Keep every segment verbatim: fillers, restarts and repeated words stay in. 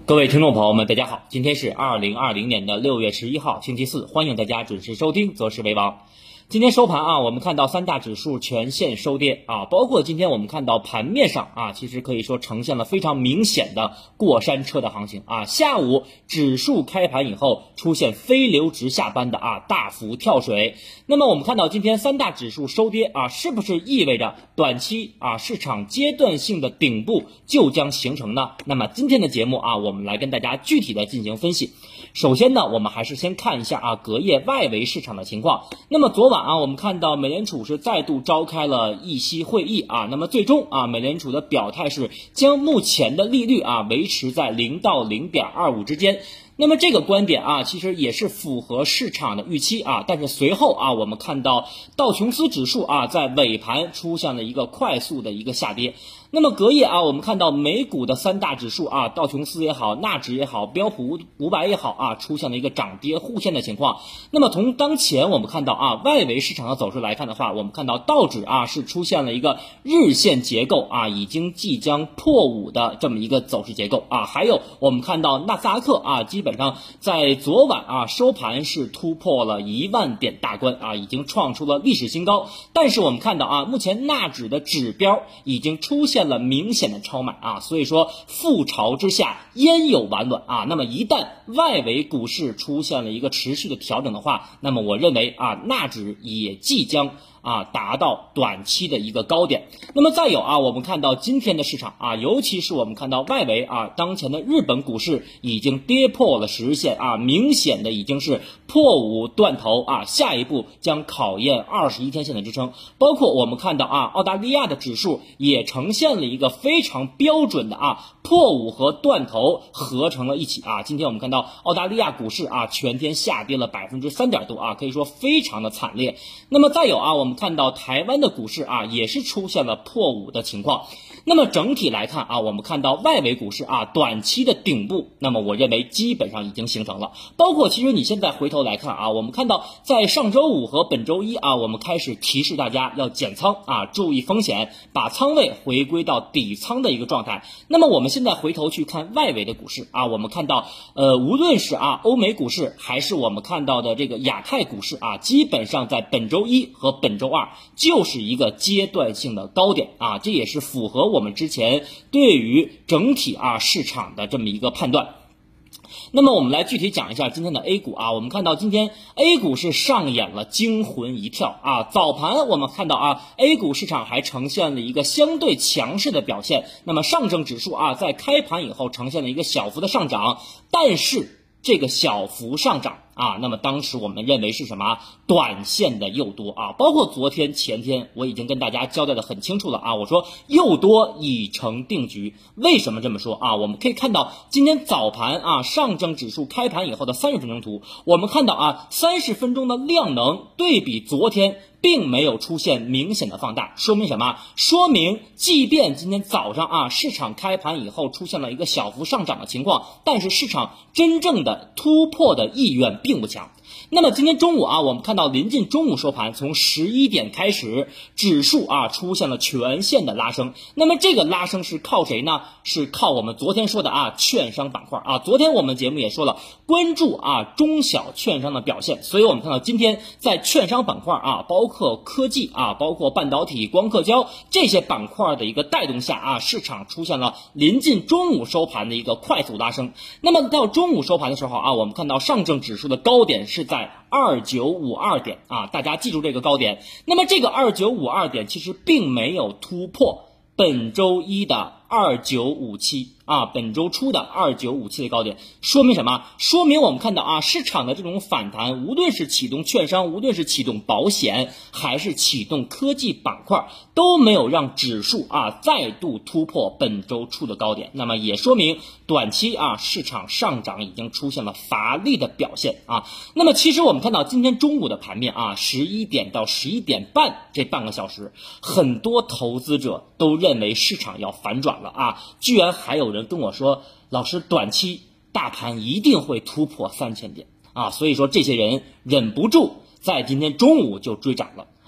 各位听众朋友们，大家好，今天是二零二零年的六月十一号，星期四，欢迎大家准时收听择时为王。今天收盘啊，我们看到三大指数全线收跌啊，包括今天我们看到盘面上啊，其实可以说呈现了非常明显的过山车的行情啊。下午指数开盘以后出现飞流直下般的啊大幅跳水，那么我们看到今天三大指数收跌啊，是不是意味着短期啊市场阶段性的顶部就将形成呢？那么今天的节目啊，我们来跟大家具体的进行分析。首先呢，我们还是先看一下啊隔夜外围市场的情况。那么昨晚啊，我们看到美联储是再度召开了议息会议啊，那么最终啊，美联储的表态是将目前的利率啊维持在零到零点二五之间。那么这个观点啊，其实也是符合市场的预期啊，但是随后啊，我们看到道琼斯指数啊在尾盘出现了一个快速的一个下跌。那么隔夜啊，我们看到美股的三大指数啊，道琼斯也好，纳指也好，标普五百也好啊，出现了一个涨跌互现的情况。那么从当前我们看到啊，外围市场的走势来看的话，我们看到道指啊是出现了一个日线结构啊，已经即将破五的这么一个走势结构啊，还有我们看到纳斯达克啊，基本上在昨晚啊收盘是突破了一万点大关啊，已经创出了历史新高。但是我们看到啊，目前纳指的指标已经出现了明显的超买啊，所以说覆巢之下焉有完卵啊。那么一旦外围股市出现了一个持续的调整的话，那么我认为啊，纳指也即将啊达到短期的一个高点。那么再有啊，我们看到今天的市场啊，尤其是我们看到外围啊，当前的日本股市已经跌破了十日线啊，明显的已经是破五断头啊，下一步将考验二十一天线的支撑。包括我们看到啊，澳大利亚的指数也呈现了一个非常标准的啊破五和断头合成了一起啊。今天我们看到澳大利亚股市啊全天下跌了百分之三点多啊，可以说非常的惨烈。那么再有啊，我们看到台湾的股市啊也是出现了破五的情况。那么整体来看啊，我们看到外围股市啊短期的顶部，那么我认为基本上已经形成了。包括其实你现在回头来看啊，我们看到在上周五和本周一啊，我们开始提示大家要减仓啊，注意风险，把仓位回归到底仓的一个状态。那么我们现在回头去看外围的股市啊，我们看到呃无论是啊欧美股市还是我们看到的这个亚太股市啊，基本上在本周一和本周二就是一个阶段性的高点啊，这也是符合我们之前对于整体啊市场的这么一个判断。那么我们来具体讲一下今天的 A 股啊，我们看到今天 A 股是上演了惊魂一跳啊，早盘我们看到啊 A 股市场还呈现了一个相对强势的表现，那么上证指数啊在开盘以后呈现了一个小幅的上涨，但是这个小幅上涨啊，那么当时我们认为是什么？短线的诱多啊，包括昨天前天我已经跟大家交代的很清楚了啊，我说诱多已成定局。为什么这么说啊？我们可以看到今天早盘啊，上证指数开盘以后的三十分钟图，我们看到啊三十分钟的量能对比昨天并没有出现明显的放大，说明什么？说明即便今天早上啊市场开盘以后出现了一个小幅上涨的情况，但是市场真正的突破的意愿并不强。那么今天中午啊，我们看到临近中午收盘，从十一点开始，指数啊出现了全线的拉升。那么这个拉升是靠谁呢？是靠我们昨天说的啊券商板块啊。昨天我们节目也说了，关注啊中小券商的表现，所以我们看到今天在券商板块啊，包括科技啊，包括半导体、光刻胶这些板块的一个带动下啊，市场出现了临近中午收盘的一个快速拉升。那么到中午收盘的时候啊，我们看到上证指数的高点是在二九五二点啊，大家记住这个高点。那么这个二九五二点其实并没有突破本周一的二九五七啊，本周初的二九五七的高点，说明什么？说明我们看到啊，市场的这种反弹，无论是启动券商，无论是启动保险，还是启动科技板块，都没有让指数啊再度突破本周初的高点。那么也说明短期啊市场上涨已经出现了乏力的表现啊。那么其实我们看到今天中午的盘面啊，十一点到十一点半这半个小时，很多投资者都认为市场要反转了啊，居然还有人跟我说，老师，短期大盘一定会突破三千点啊，所以说这些人忍不住在今天中午就追涨了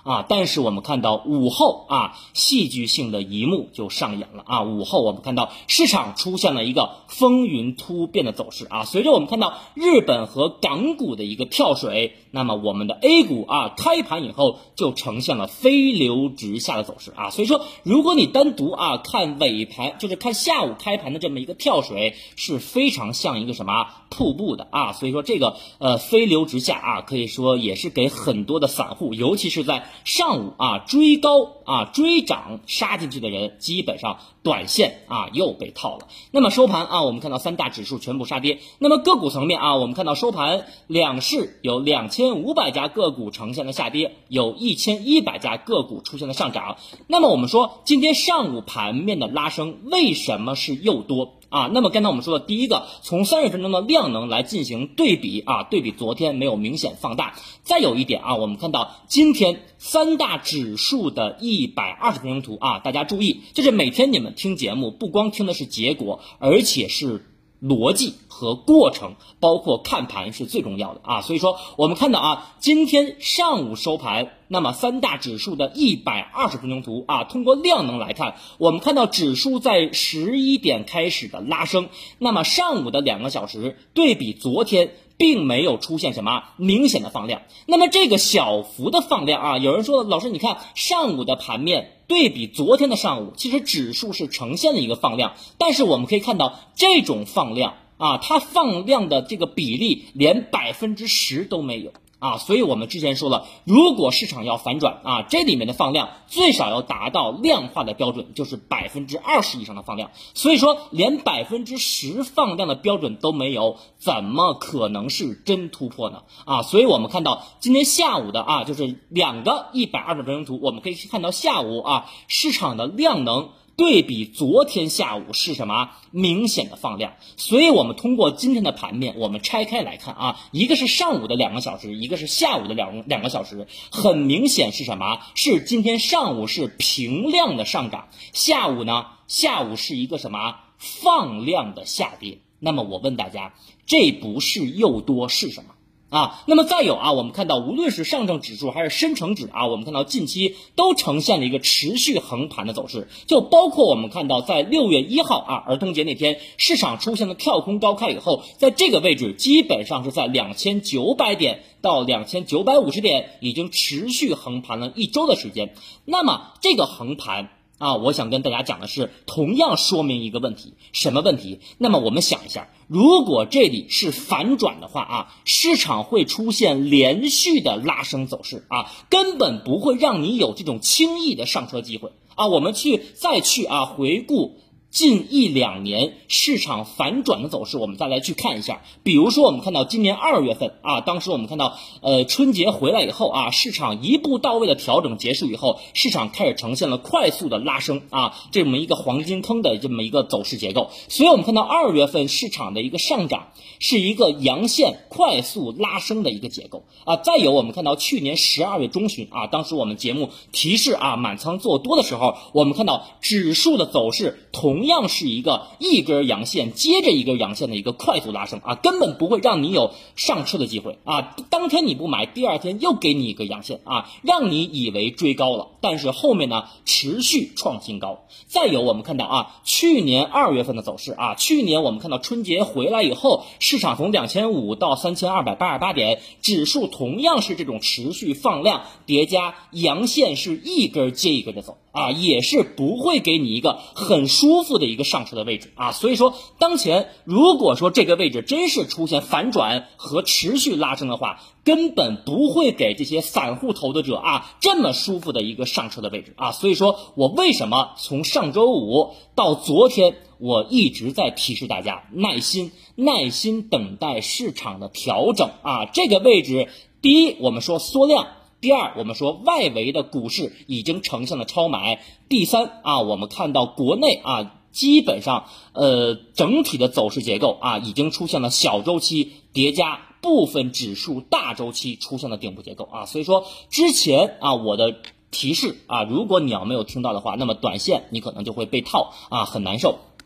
啊，但是我们看到午后啊，戏剧性的一幕就上演了啊。午后我们看到市场出现了一个风云突变的走势啊。随着我们看到日本和港股的一个跳水，那么我们的 A 股啊，开盘以后就呈现了飞流直下的走势啊。所以说，如果你单独啊看尾盘，就是看下午开盘的这么一个跳水，是非常像一个什么瀑布的啊。所以说这个呃飞流直下啊，可以说也是给很多的散户，尤其是在上午啊追高啊追涨杀进去的人，基本上短线啊又被套了。那么收盘啊，我们看到三大指数全部杀跌。那么个股层面啊，我们看到收盘两市有两千五百家个股呈现了下跌，有一千一百家个股出现了上涨。那么我们说今天上午盘面的拉升为什么是又多啊？那么刚才我们说的第一个，从三十分钟的量能来进行对比啊，对比昨天没有明显放大。再有一点啊，我们看到今天三大指数的一百二十分钟图啊，大家注意，就是每天你们听节目不光听的是结果，而且是逻辑和过程，包括看盘是最重要的啊。所以说我们看到啊，今天上午收盘，那么三大指数的一百二十分钟图啊，通过量能来看，我们看到指数在十一点开始的拉升，那么上午的两个小时对比昨天并没有出现什么明显的放量。那么这个小幅的放量啊，有人说老师你看上午的盘面对比昨天的上午，其实指数是呈现了一个放量，但是我们可以看到这种放量啊，它放量的这个比例连百分之十都没有啊，所以我们之前说了，如果市场要反转啊，这里面的放量最少要达到量化的标准，就是百分之二十以上的放量。所以说，连百分之十放量的标准都没有，怎么可能是真突破呢？啊，所以我们看到今天下午的啊，就是两个一百二十分钟图，我们可以看到下午啊，市场的量能对比昨天下午是什么明显的放量。所以我们通过今天的盘面，我们拆开来看啊，一个是上午的两个小时，一个是下午的两两个小时，很明显是什么？是今天上午是平量的上涨，下午呢，下午是一个什么放量的下跌。那么我问大家，这不是又多是什么？啊，那么再有啊，我们看到无论是上证指数还是深成指啊，我们看到近期都呈现了一个持续横盘的走势，就包括我们看到在六月一号啊，儿童节那天，市场出现了跳空高开以后，在这个位置基本上是在两千九百点到两千九百五十点，已经持续横盘了一周的时间。那么这个横盘啊，我想跟大家讲的是，同样说明一个问题，什么问题？那么我们想一下，如果这里是反转的话啊，市场会出现连续的拉升走势啊，根本不会让你有这种轻易的上车机会啊。我们去再去啊回顾近一两年市场反转的走势，我们再来去看一下。比如说我们看到今年二月份啊，当时我们看到呃春节回来以后啊，市场一步到位的调整结束以后，市场开始呈现了快速的拉升啊，这么一个黄金坑的这么一个走势结构。所以我们看到二月份市场的一个上涨是一个阳线快速拉升的一个结构啊。再有我们看到去年十二月中旬啊，当时我们节目提示啊满仓做多的时候，我们看到指数的走势同同样是一个一根阳线接着一根阳线的一个快速拉升啊，根本不会让你有上车的机会啊。当天你不买，第二天又给你一个阳线啊，让你以为追高了，但是后面呢持续创新高。再有我们看到啊，去年二月份的走势啊，去年我们看到春节回来以后，市场从两千五到三千二百八十八点，指数同样是这种持续放量叠加，阳线是一根接一根的走啊，也是不会给你一个很舒服的一个上车的位置啊。所以说当前如果说这个位置真是出现反转和持续拉升的话，根本不会给这些散户投资者啊这么舒服的一个上车的位置啊。所以说我为什么从上周五到昨天我一直在提示大家耐心耐心等待市场的调整啊。这个位置第一我们说缩量，第二我们说外围的股市已经呈现了超买，第三啊我们看到国内啊基本上呃整体的走势结构啊已经出现了小周期叠加部分指数大周期出现了顶部结构啊。所以说之前啊我的提示啊，如果你要没有听到的话，那么短线你可能就会被套啊，很难受。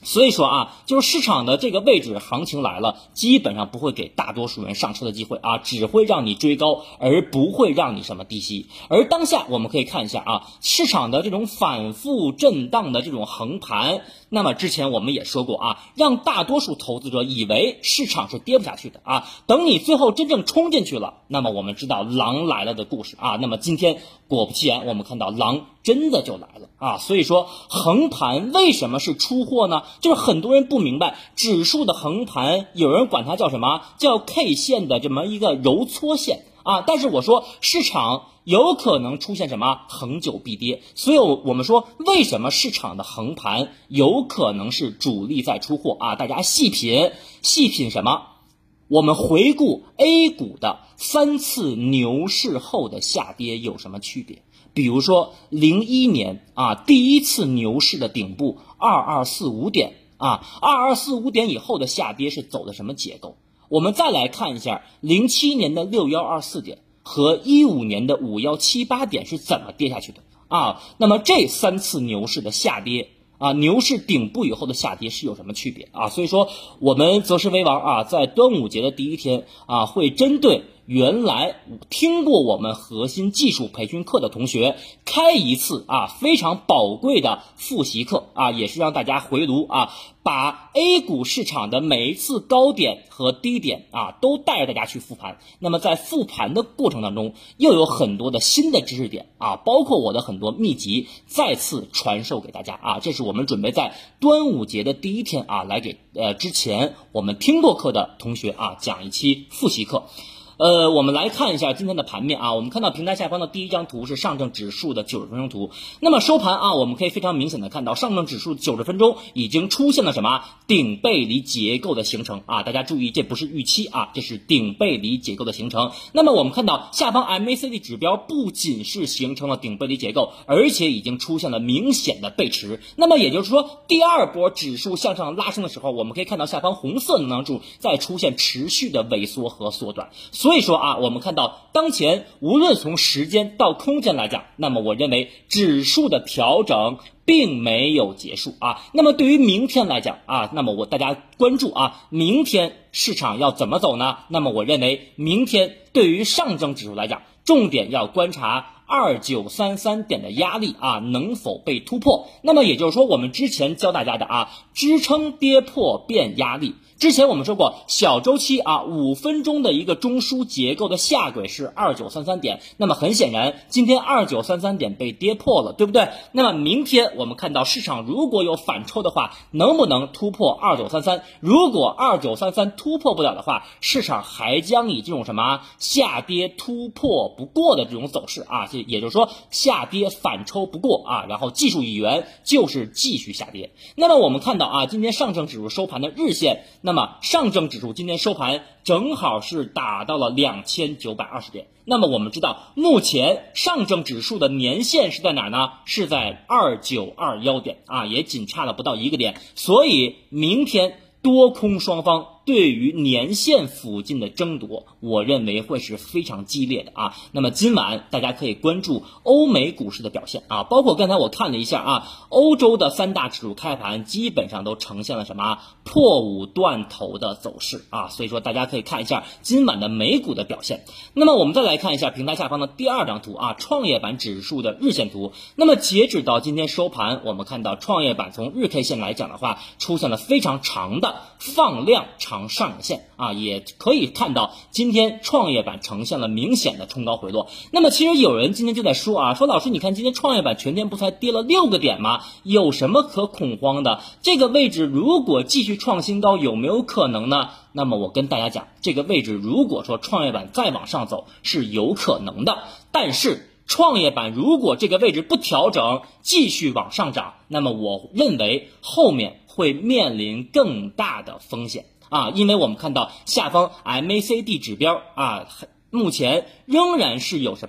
所以说啊，就是市场的这个位置行情来了，基本上不会给大多数人上车的机会啊，只会让你追高，而不会让你什么低吸。而当下我们可以看一下啊，市场的这种反复震荡的这种横盘，那么之前我们也说过啊，让大多数投资者以为市场是跌不下去的啊，等你最后真正冲进去了，那么我们知道狼来了的故事啊，那么今天果不其然，我们看到狼真的就来了啊，所以说横盘为什么是出货呢？就是很多人不明白，指数的横盘，有人管它叫什么？叫 K 线的这么一个揉搓线啊。但是我说市场有可能出现什么恒久必跌，所以我们说为什么市场的横盘有可能是主力在出货啊？大家细品，细品什么？我们回顾 A 股的三次牛市后的下跌有什么区别？比如说零一年啊，第一次牛市的顶部二二四五点啊，二二四五点以后的下跌是走的什么结构？我们再来看一下零七年的六一二四点和一五年的五一七八点是怎么跌下去的啊？那么这三次牛市的下跌啊，牛市顶部以后的下跌是有什么区别啊？所以说我们择时为王啊，在端午节的第一天啊，会针对原来听过我们核心技术培训课的同学开一次啊非常宝贵的复习课啊，也是让大家回炉啊，把 A 股市场的每一次高点和低点啊都带着大家去复盘。那么在复盘的过程当中，又有很多的新的知识点啊，包括我的很多秘籍再次传授给大家啊，这是我们准备在端午节的第一天啊来给呃之前我们听过课的同学啊讲一期复习课。呃，我们来看一下今天的盘面啊，我们看到平台下方的第一张图是上证指数的九十分钟图。那么收盘啊，我们可以非常明显的看到上证指数九十分钟已经出现了什么顶背离结构的形成啊，大家注意，这不是预期啊，这是顶背离结构的形成。那么我们看到下方 M A C D 指标不仅是形成了顶背离结构，而且已经出现了明显的背驰。那么也就是说，第二波指数向上拉升的时候，我们可以看到下方红色能量柱在出现持续的萎缩和缩短。所以说啊，我们看到当前无论从时间到空间来讲，那么我认为指数的调整并没有结束啊。那么对于明天来讲啊，那么我大家关注啊，明天市场要怎么走呢？那么我认为明天对于上证指数来讲，重点要观察二九三三点的压力啊能否被突破。那么也就是说，我们之前教大家的啊，支撑跌破变压力。之前我们说过，小周期啊五分钟的一个中枢结构的下轨是二九三三点，那么很显然今天二九三三点被跌破了，对不对？那么明天我们看到市场如果有反抽的话，能不能突破二九三三？如果二九三三突破不了的话，市场还将以这种什么下跌突破不过的这种走势啊，也就是说下跌反抽不过啊，然后技术语言就是继续下跌。那么我们看到啊，今天上证指数收盘的日线，那么上证指数今天收盘正好是打到了两千九百二十点。那么我们知道，目前上证指数的年线是在哪呢？是在二九二一点啊，也仅差了不到一个点。所以明天多空双方对于年线附近的争夺，我认为会是非常激烈的啊。那么今晚大家可以关注欧美股市的表现啊，包括刚才我看了一下啊，欧洲的三大指数开盘基本上都呈现了什么破五断头的走势啊，所以说大家可以看一下今晚的美股的表现。那么我们再来看一下平台下方的第二张图啊，创业板指数的日线图。那么截止到今天收盘，我们看到创业板从日 K 线来讲的话，出现了非常长的放量长上影线啊，也可以看到今天创业板呈现了明显的冲高回落。那么其实有人今天就在说啊，说老师你看今天创业板全天不才跌了六个点吗？有什么可恐慌的？这个位置如果继续创新高，有没有可能呢？那么我跟大家讲，这个位置如果说创业板再往上走是有可能的，但是创业板如果这个位置不调整继续往上涨，那么我认为后面会面临更大的风险啊，因为我们看到下方 M A C D 指标啊，目前仍然是有什么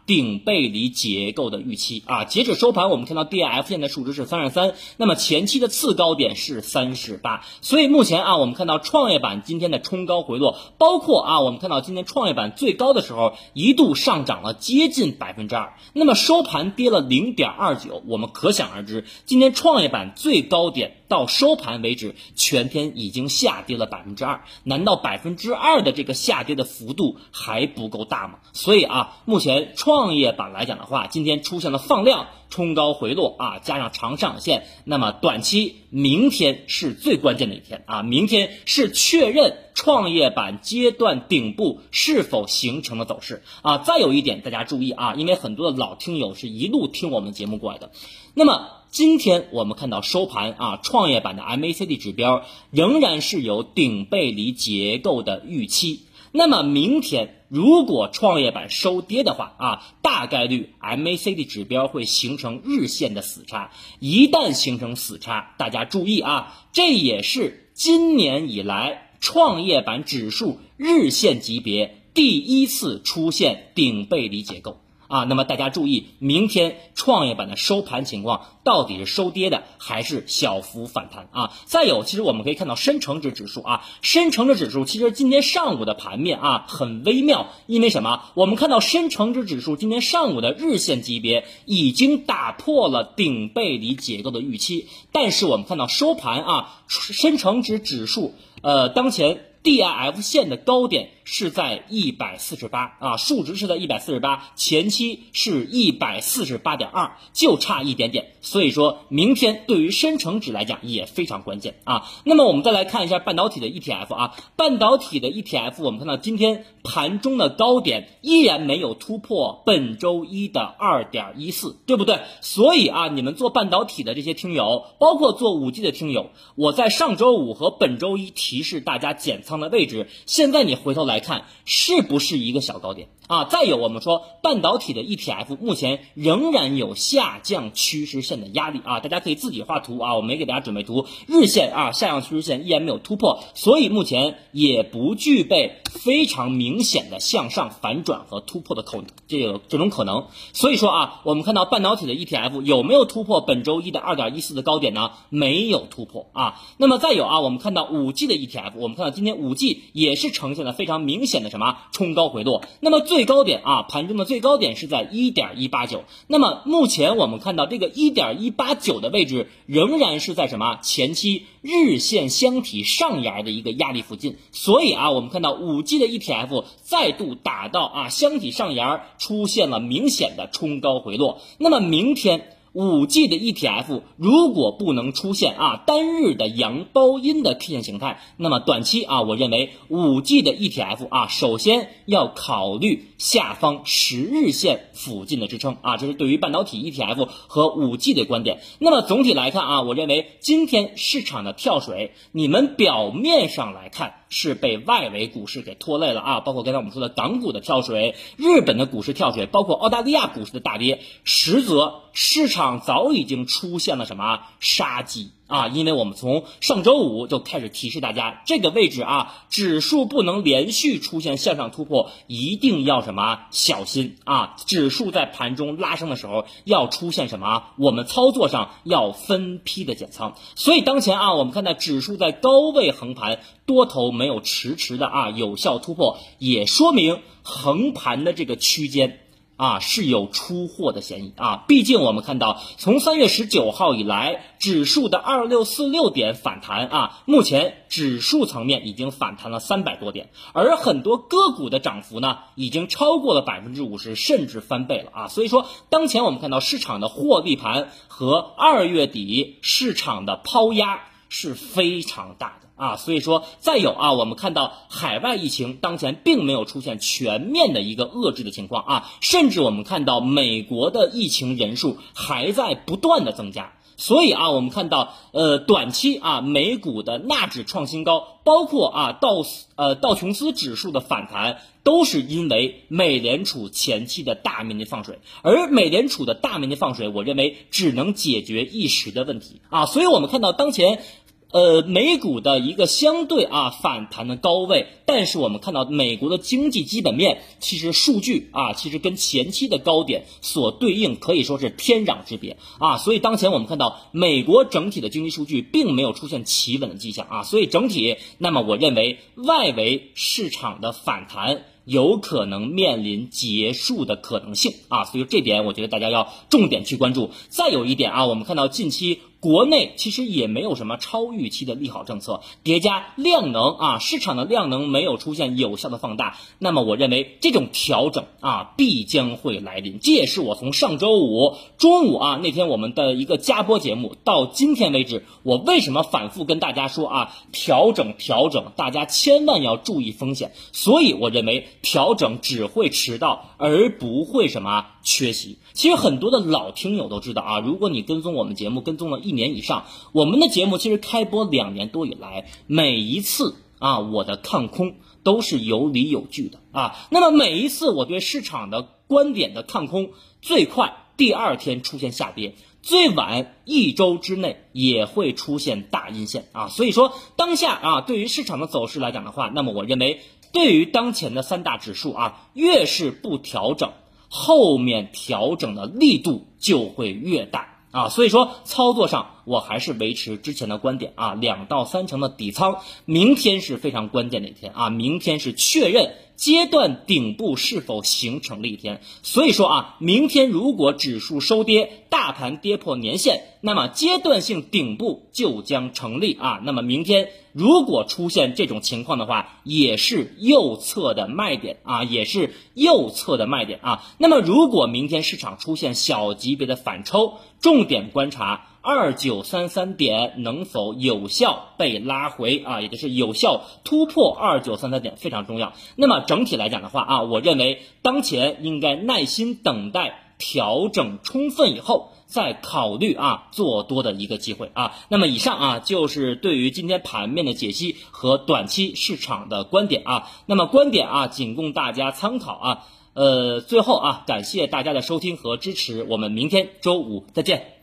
顶背离结构的预期啊。截止收盘，我们看到 D I F 线的数值是三十三，那么前期的次高点是三十八，所以目前啊，我们看到创业板今天的冲高回落，包括啊，我们看到今天创业板最高的时候一度上涨了接近百分之二，那么收盘跌了零点二九，我们可想而知，今天创业板最高点到收盘为止，全天已经下跌了百分之二，难道百分之二的这个下跌的幅度还不够大吗？所以啊，目前创业板来讲的话，今天出现了放量、冲高回落啊，加上长上影线，那么短期明天是最关键的一天啊，明天是确认创业板阶段顶部是否形成了走势啊。再有一点大家注意啊，因为很多的老听友是一路听我们节目过来的，那么今天我们看到收盘啊，创业板的 M A C D 指标仍然是有顶背离结构的预期。那么明天如果创业板收跌的话啊，大概率 M A C D 指标会形成日线的死叉。一旦形成死叉，大家注意啊，这也是今年以来创业板指数日线级别第一次出现顶背离结构。啊，那么大家注意，明天创业板的收盘情况到底是收跌的还是小幅反弹啊？再有，其实我们可以看到深成指指数啊，深成指指数其实今天上午的盘面啊很微妙，因为什么？我们看到深成指指数今天上午的日线级别已经打破了顶背离结构的预期，但是我们看到收盘啊，深成指指数呃当前D I F 线的高点是在一百四十八啊，数值是在一百四十八，前期是一百四十八点二，就差一点点。所以说明天对于深成指来讲也非常关键啊。那么我们再来看一下半导体的 E T F 啊，半导体的 E T F 我们看到今天盘中的高点依然没有突破本周一的 二点一四， 对不对？所以啊，你们做半导体的这些听友，包括做 五 G 的听友，我在上周五和本周一提示大家减仓的位置，现在你回头来看是不是一个小高点啊？再有我们说半导体的 E T F 目前仍然有下降趋势线的压力啊，大家可以自己画图啊，我没给大家准备图，日线啊下降趋势线依然没有突破，所以目前也不具备非常明显的向上反转和突破的可这个这种可能。所以说啊，我们看到半导体的 E T F 有没有突破本周一的 二点一四 的高点呢？没有突破啊。那么再有啊，我们看到 五 G 的 E T F， 我们看到今天 五 G 也是呈现了非常明显的什么冲高回落，那么最高点啊，盘中的最高点是在 一点一八九， 那么目前我们看到这个 一点一八九 的位置仍然是在什么前期日线箱体上沿的一个压力附近，所以啊，我们看到 五 G 的 E T F 再度打到啊箱体上沿，出现了明显的冲高回落。那么明天五 G 的 E T F 如果不能出现啊单日的阳包阴的 K 线形态，那么短期啊，我认为 五 G 的 E T F 啊，首先要考虑下方十日线附近的支撑啊，这是对于半导体 E T F 和 五 G 的观点。那么总体来看啊，我认为今天市场的跳水，你们表面上来看是被外围股市给拖累了啊，包括刚才我们说的港股的跳水，日本的股市跳水，包括澳大利亚股市的大跌，实则市场早已经出现了什么杀机啊，因为我们从上周五就开始提示大家，这个位置啊，指数不能连续出现向上突破，一定要什么小心啊，指数在盘中拉升的时候要出现什么，我们操作上要分批的减仓。所以当前啊，我们看到指数在高位横盘，多头没有迟迟的啊有效突破，也说明横盘的这个区间啊是有出货的嫌疑啊，毕竟我们看到从三月十九号以来，指数的二六四六点反弹啊，目前指数层面已经反弹了三百多点，而很多个股的涨幅呢，已经超过了百分之五十，甚至翻倍了啊。所以说，当前我们看到市场的获利盘和二月底市场的抛压是非常大的啊，所以说再有啊，我们看到海外疫情当前并没有出现全面的一个遏制的情况啊，甚至我们看到美国的疫情人数还在不断的增加。所以啊，我们看到呃短期啊美股的纳指创新高，包括啊道呃道琼斯指数的反弹，都是因为美联储前期的大面积放水，而美联储的大面积放水，我认为只能解决一时的问题啊。所以我们看到当前呃，美股的一个相对啊反弹的高位，但是我们看到美国的经济基本面其实数据啊，其实跟前期的高点所对应可以说是天壤之别啊，所以当前我们看到美国整体的经济数据并没有出现企稳的迹象啊，所以整体，那么我认为外围市场的反弹有可能面临结束的可能性啊，所以这点我觉得大家要重点去关注。再有一点啊，我们看到近期国内其实也没有什么超预期的利好政策，叠加量能啊，市场的量能没有出现有效的放大，那么我认为这种调整啊必将会来临。这也是我从上周五中午啊那天我们的一个加播节目到今天为止，我为什么反复跟大家说啊调整调整，大家千万要注意风险。所以我认为调整只会迟到而不会什么缺席。其实很多的老听友都知道啊，如果你跟踪我们节目跟踪了一年以上，我们的节目其实开播两年多以来，每一次啊我的看空都是有理有据的啊。那么每一次我对市场的观点的看空，最快第二天出现下跌，最晚一周之内也会出现大阴线啊。所以说当下啊对于市场的走势来讲的话，那么我认为对于当前的三大指数啊，越是不调整，后面调整的力度就会越大啊，所以说操作上我还是维持之前的观点啊，两到三成的底仓，明天是非常关键的一天啊，明天是确认阶段顶部是否形成的一天。所以说啊，明天如果指数收跌，大盘跌破年线，那么阶段性顶部就将成立啊。那么明天如果出现这种情况的话，也是右侧的卖点啊，也是右侧的卖点啊。那么如果明天市场出现小级别的反抽，重点观察二九三三点能否有效被拉回啊，也就是有效突破二九三三点非常重要。那么整体来讲的话啊，我认为当前应该耐心等待调整充分以后，再考虑啊做多的一个机会啊。那么以上啊就是对于今天盘面的解析和短期市场的观点啊。那么观点啊仅供大家参考啊。呃，最后啊感谢大家的收听和支持，我们明天周五再见。